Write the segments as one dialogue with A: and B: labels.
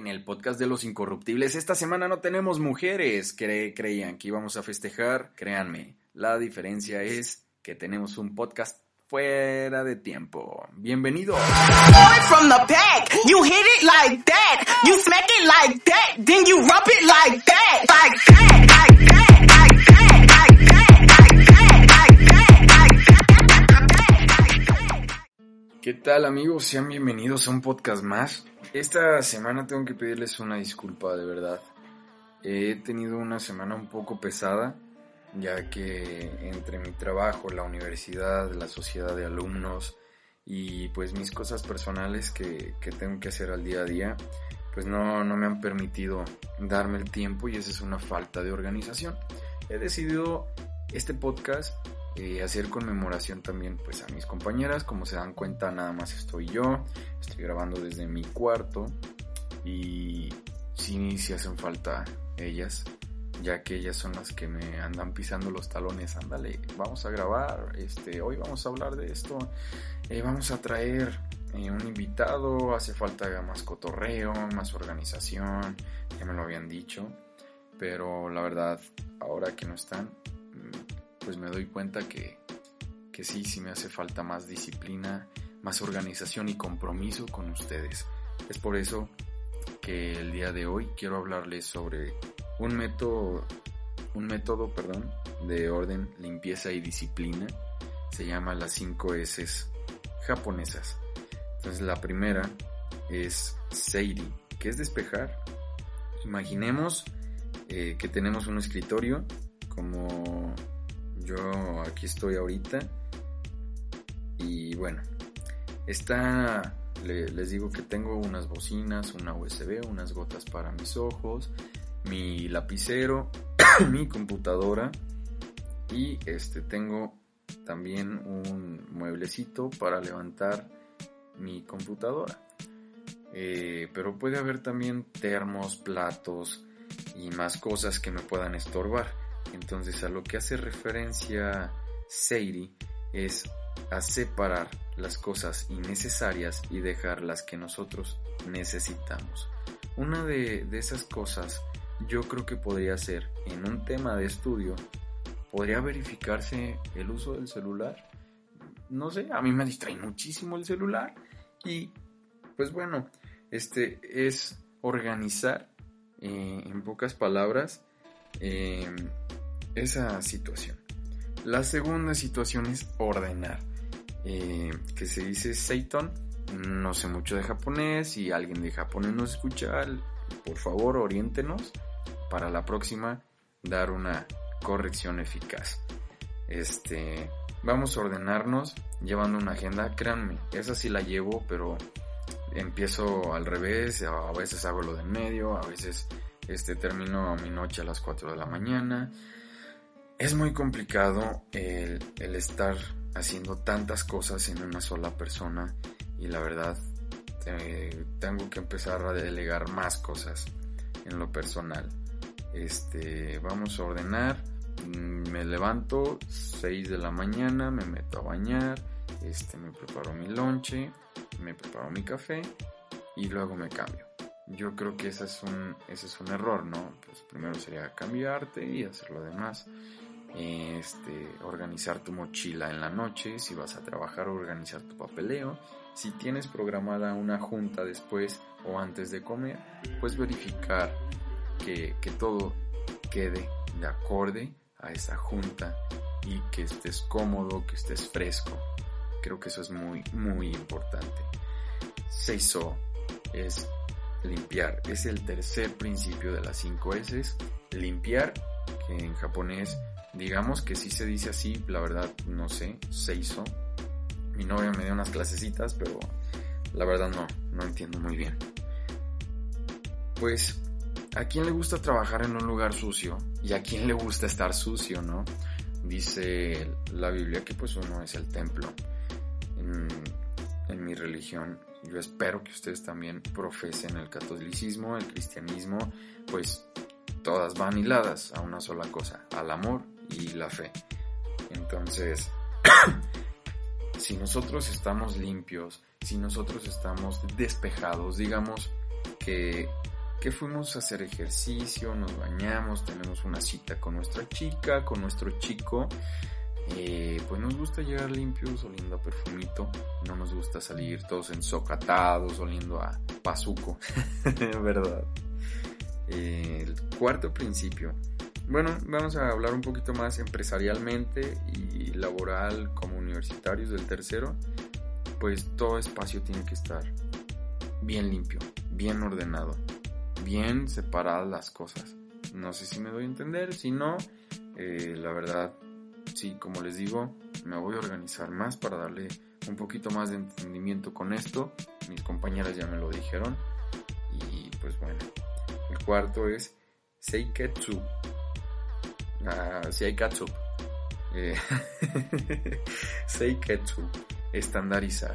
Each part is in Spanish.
A: en el podcast de Los Incorruptibles. Esta semana no tenemos mujeres. Creían que íbamos a festejar. Créanme, la diferencia es que tenemos un podcast fuera de tiempo. Bienvenidos.
B: From the back, you hit it like that, you smack it like that, then you rub it like that, like that, like that, like that, like that, like that, like that, like that.
A: ¿Qué tal, amigos? Sean bienvenidos a un podcast más. Esta semana tengo que pedirles una disculpa, de verdad. He tenido una semana un poco pesada, ya que entre mi trabajo, la universidad, la sociedad de alumnos y pues mis cosas personales que tengo que hacer al día a día, pues no me han permitido darme el tiempo y esa es una falta de organización. He decidido este podcast hacer conmemoración también pues a mis compañeras. Como se dan cuenta, nada más estoy grabando desde mi cuarto y sí hacen falta ellas, ya que ellas son las que me andan pisando los talones. Ándale, vamos a grabar, hoy vamos a hablar de esto, vamos a traer un invitado, hace falta más cotorreo, más organización, ya me lo habían dicho, pero la verdad, ahora que no están, pues me doy cuenta que sí me hace falta más disciplina, más organización y compromiso con ustedes. Es por eso que el día de hoy quiero hablarles sobre un método de orden, limpieza y disciplina. Se llama las 5 S japonesas. Entonces la primera es Seiri, que es despejar. Imaginemos que tenemos un escritorio como yo aquí estoy ahorita. Y bueno, les digo que tengo unas bocinas, una USB, unas gotas para mis ojos, mi lapicero, mi computadora y tengo también un mueblecito para levantar mi computadora. Pero puede haber también termos, platos y más cosas que me puedan estorbar. Entonces, a lo que hace referencia Seiri es a separar las cosas innecesarias y dejar las que nosotros necesitamos. Una de esas cosas yo creo que podría ser, en un tema de estudio, podría verificarse el uso del celular. No sé, a mí me distrae muchísimo el celular y pues bueno, es organizar, en pocas palabras, esa situación. La segunda situación es ordenar, que se dice Seiton. No sé mucho de japonés. Si alguien de japonés nos escucha, por favor oriéntenos para la próxima dar una corrección eficaz. Vamos a ordenarnos llevando una agenda. Créanme, esa sí la llevo, pero empiezo al revés. A veces hago lo de en medio, a veces termino mi noche a las 4 de la mañana. Es muy complicado el estar haciendo tantas cosas en una sola persona y la verdad tengo que empezar a delegar más cosas en lo personal. Vamos a ordenar. Me levanto 6 de la mañana, me meto a bañar, me preparo mi lonche, me preparo mi café y luego me cambio. Yo creo que ese es un error, ¿no? Pues primero sería cambiarte y hacer lo demás. Organizar tu mochila en la noche, si vas a trabajar, organizar tu papeleo. Si tienes programada una junta después o antes de comer, pues verificar que todo quede de acorde a esa junta y que estés cómodo, que estés fresco. Creo que eso es muy, muy importante. Seiso es limpiar. Es el tercer principio de las 5 S. Limpiar, que en japonés digamos que sí se dice así, la verdad no sé, Seiso. Mi novia me dio unas clasecitas, pero la verdad no entiendo muy bien. Pues, ¿a quién le gusta trabajar en un lugar sucio? ¿Y a quién le gusta estar sucio, no? Dice la Biblia que pues uno es el templo. En mi religión, yo espero que ustedes también profesen el catolicismo, el cristianismo, pues todas van hiladas a una sola cosa, al amor y la fe. Entonces, si nosotros estamos limpios, si nosotros estamos despejados, digamos que que fuimos a hacer ejercicio, nos bañamos, tenemos una cita con nuestra chica, con nuestro chico. Pues nos gusta llegar limpios, oliendo a perfumito. No nos gusta salir todos ensocatados, oliendo a bazuco. ¿Verdad? El cuarto principio. Bueno, vamos a hablar un poquito más empresarialmente y laboral como universitarios del tercero. Pues todo espacio tiene que estar bien limpio, bien ordenado, bien separadas las cosas. No sé si me doy a entender, si no, la verdad, sí, como les digo, me voy a organizar más para darle un poquito más de entendimiento con esto. Mis compañeras ya me lo dijeron. Y pues bueno, el cuarto es Seiketsu. Seikatsu. Seiketsu. Estandarizar.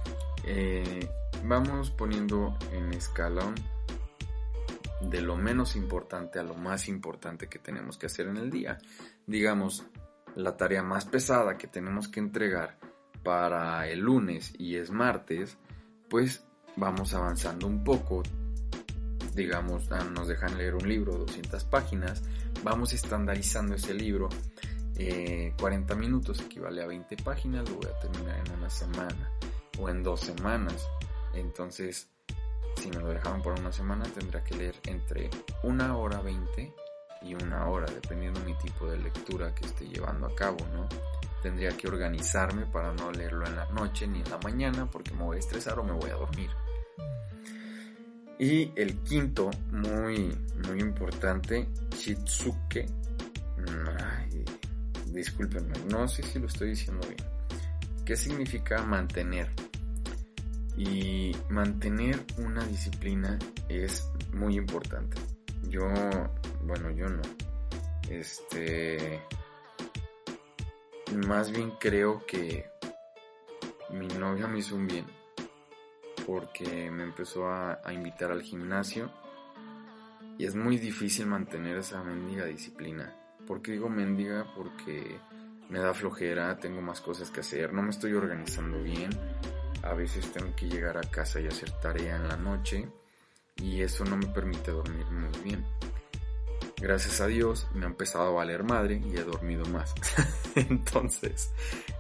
A: Vamos poniendo en escalón de lo menos importante a lo más importante que tenemos que hacer en el día. Digamos, la tarea más pesada que tenemos que entregar para el lunes y es martes, pues vamos avanzando un poco. Digamos, nos dejan leer un libro de 200 páginas, vamos estandarizando ese libro. 40 minutos equivale a 20 páginas, lo voy a terminar en una semana o en 2 semanas. Entonces, si me lo dejaron por una semana, tendrá que leer entre 1 hora 20 y 1 hora, dependiendo mi tipo de lectura que esté llevando a cabo, ¿no? Tendría que organizarme para no leerlo en la noche ni en la mañana, porque me voy a estresar o me voy a dormir. Y el quinto, muy importante, Shitsuke. Ay, discúlpenme, no sé si lo estoy diciendo bien. ¿Qué significa mantener? Y mantener una disciplina es muy importante. Yo no. Más bien creo que mi novia me hizo un bien, porque me empezó a invitar al gimnasio y es muy difícil mantener esa mendiga disciplina. ¿Por qué digo mendiga? Porque me da flojera, tengo más cosas que hacer, no me estoy organizando bien. A veces tengo que llegar a casa y hacer tarea en la noche y eso no me permite dormir muy bien. Gracias a Dios me ha empezado a valer madre y he dormido más. Entonces,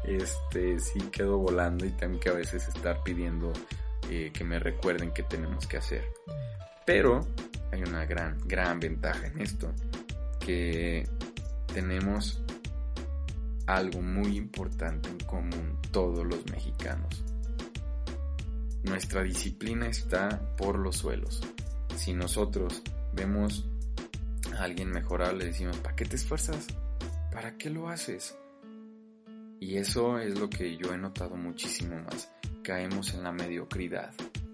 A: sí quedo volando y tengo que a veces estar pidiendo que me recuerden qué tenemos que hacer. Pero hay una gran ventaja en esto, que tenemos algo muy importante en común todos los mexicanos. Nuestra disciplina está por los suelos. Si nosotros vemos a alguien mejorar, le decimos, ¿para qué te esfuerzas? ¿Para qué lo haces? Y eso es lo que yo he notado muchísimo más. Caemos en la mediocridad.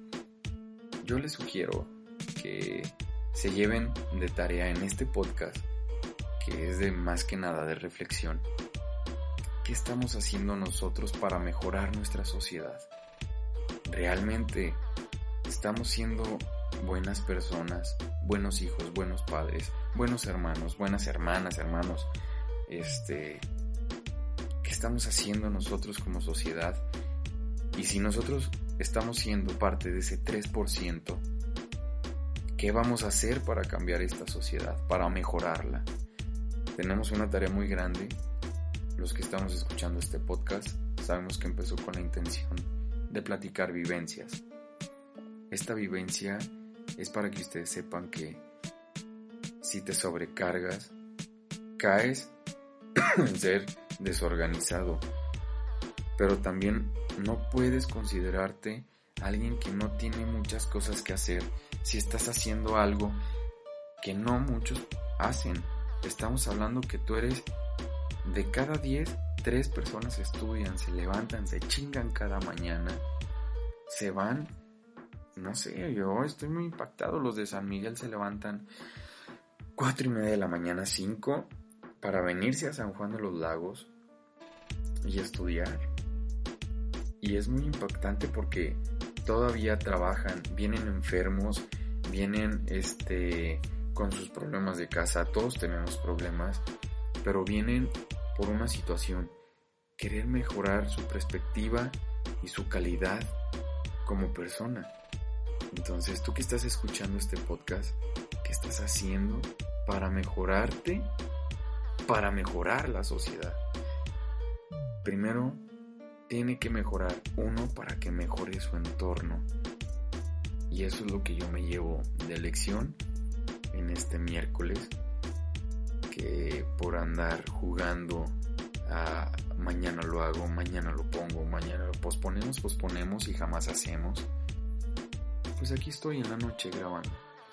A: Yo les sugiero que se lleven de tarea en este podcast, que es de más que nada de reflexión. ¿Qué estamos haciendo nosotros para mejorar nuestra sociedad? ¿Realmente estamos siendo buenas personas, buenos hijos, buenos padres, buenos hermanos, buenas hermanas, hermanos? ¿Qué estamos haciendo nosotros como sociedad? Y si nosotros estamos siendo parte de ese 3%, ¿qué vamos a hacer para cambiar esta sociedad, para mejorarla? Tenemos una tarea muy grande. Los que estamos escuchando este podcast sabemos que empezó con la intención de platicar vivencias. Esta vivencia es para que ustedes sepan que si te sobrecargas, caes en ser desorganizado, pero también no puedes considerarte alguien que no tiene muchas cosas que hacer si estás haciendo algo que no muchos hacen. Estamos hablando que tú eres de cada 10, 3 personas estudian, se levantan, se chingan cada mañana, se van. No sé, yo estoy muy impactado. Los de San Miguel se levantan 4:30 de la mañana, 5, para venirse a San Juan de los Lagos y estudiar. Y es muy impactante porque todavía trabajan, vienen enfermos, vienen con sus problemas de casa. Todos tenemos problemas, pero vienen por una situación, querer mejorar su perspectiva y su calidad como persona. Entonces, tú que estás escuchando este podcast, ¿qué estás haciendo para mejorarte, para mejorar la sociedad? Primero, tiene que mejorar uno para que mejore su entorno. Y eso es lo que yo me llevo de lección en este miércoles, que por andar jugando a mañana lo hago, mañana lo pongo, mañana lo posponemos y jamás hacemos, pues aquí estoy en la noche grabando.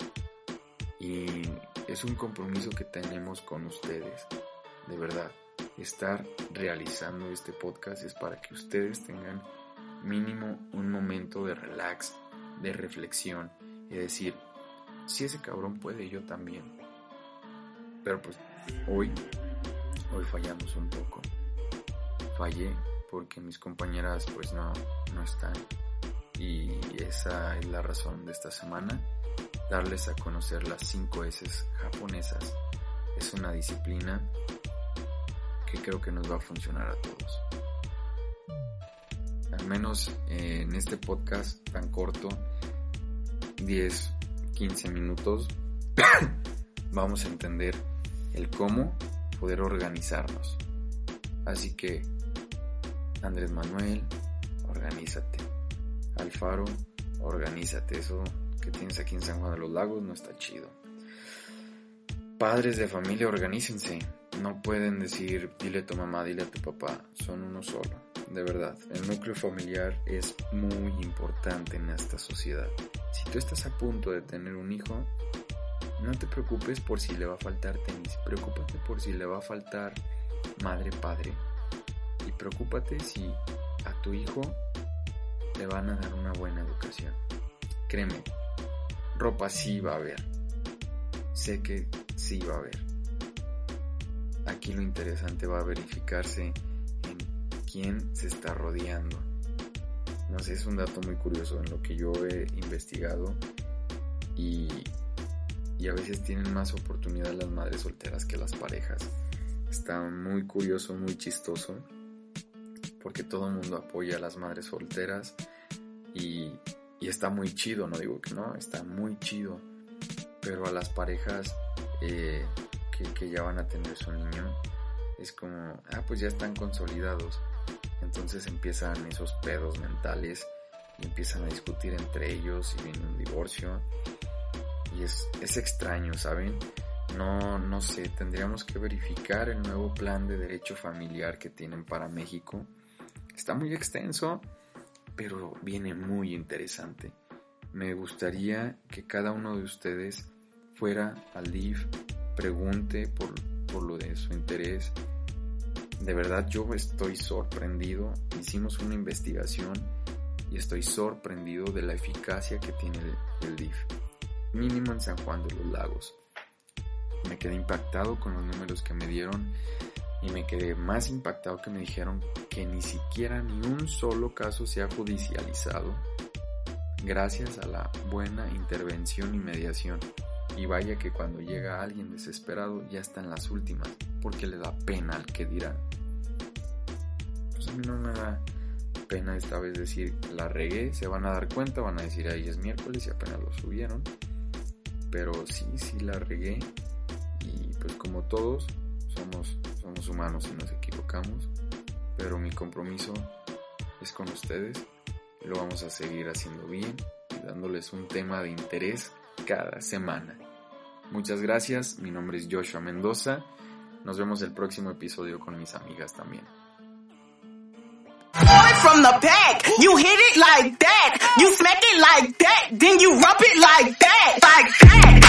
A: Y es un compromiso que tenemos con ustedes, de verdad. Estar realizando este podcast es para que ustedes tengan mínimo un momento de relax, de reflexión y decir, si ese cabrón puede, yo también. Pero pues hoy fallamos un poco. Fallé porque mis compañeras pues no están, y esa es la razón de esta semana, darles a conocer las 5 S japonesas. Es una disciplina que creo que nos va a funcionar a todos. Al menos en este podcast tan corto, 10-15 minutos, vamos a entender el cómo poder organizarnos. Así que, Andrés Manuel, organízate. Alfaro, organízate. Eso que tienes aquí en San Juan de los Lagos no está chido. Padres de familia, organícense. No pueden decir, dile a tu mamá, dile a tu papá. Son uno solo. De verdad, el núcleo familiar es muy importante en esta sociedad. Si tú estás a punto de tener un hijo, no te preocupes por si le va a faltar tenis. Preocúpate por si le va a faltar madre, padre. Y preocúpate si a tu hijo le van a dar una buena educación. Créeme, ropa sí va a haber. Sé que sí va a haber. Aquí lo interesante va a verificarse en quién se está rodeando. No sé, es un dato muy curioso en lo que yo he investigado, y a veces tienen más oportunidad las madres solteras que las parejas. Está muy curioso, muy chistoso, porque todo el mundo apoya a las madres solteras y está muy chido, no digo que no, está muy chido, pero a las parejas que ya van a tener su niño, es como, pues ya están consolidados. Entonces empiezan esos pedos mentales y empiezan a discutir entre ellos y viene un divorcio. Y es extraño, ¿saben? No sé, tendríamos que verificar el nuevo plan de derecho familiar que tienen para México. Está muy extenso, pero viene muy interesante. Me gustaría que cada uno de ustedes fuera al DIF, pregunte por lo de su interés. De verdad, yo estoy sorprendido. Hicimos una investigación y estoy sorprendido de la eficacia que tiene el DIF. Mínimo en San Juan de los Lagos. Me quedé impactado con los números que me dieron y me quedé más impactado que me dijeron que ni siquiera ni un solo caso se ha judicializado gracias a la buena intervención y mediación. Y vaya que cuando llega alguien desesperado ya está en las últimas, porque le da pena al que dirán. Pues a mí no me da pena esta vez decir, la regué, se van a dar cuenta, van a decir, ahí es miércoles y apenas lo subieron. Pero sí la regué, y pues como todos, somos humanos y nos equivocamos, pero mi compromiso es con ustedes, lo vamos a seguir haciendo bien y dándoles un tema de interés cada semana. Muchas gracias, mi nombre es Joshua Mendoza, nos vemos el próximo episodio con mis amigas también.
B: From the back, you hit it like that, you smack it like that, then you rub it like that, like that.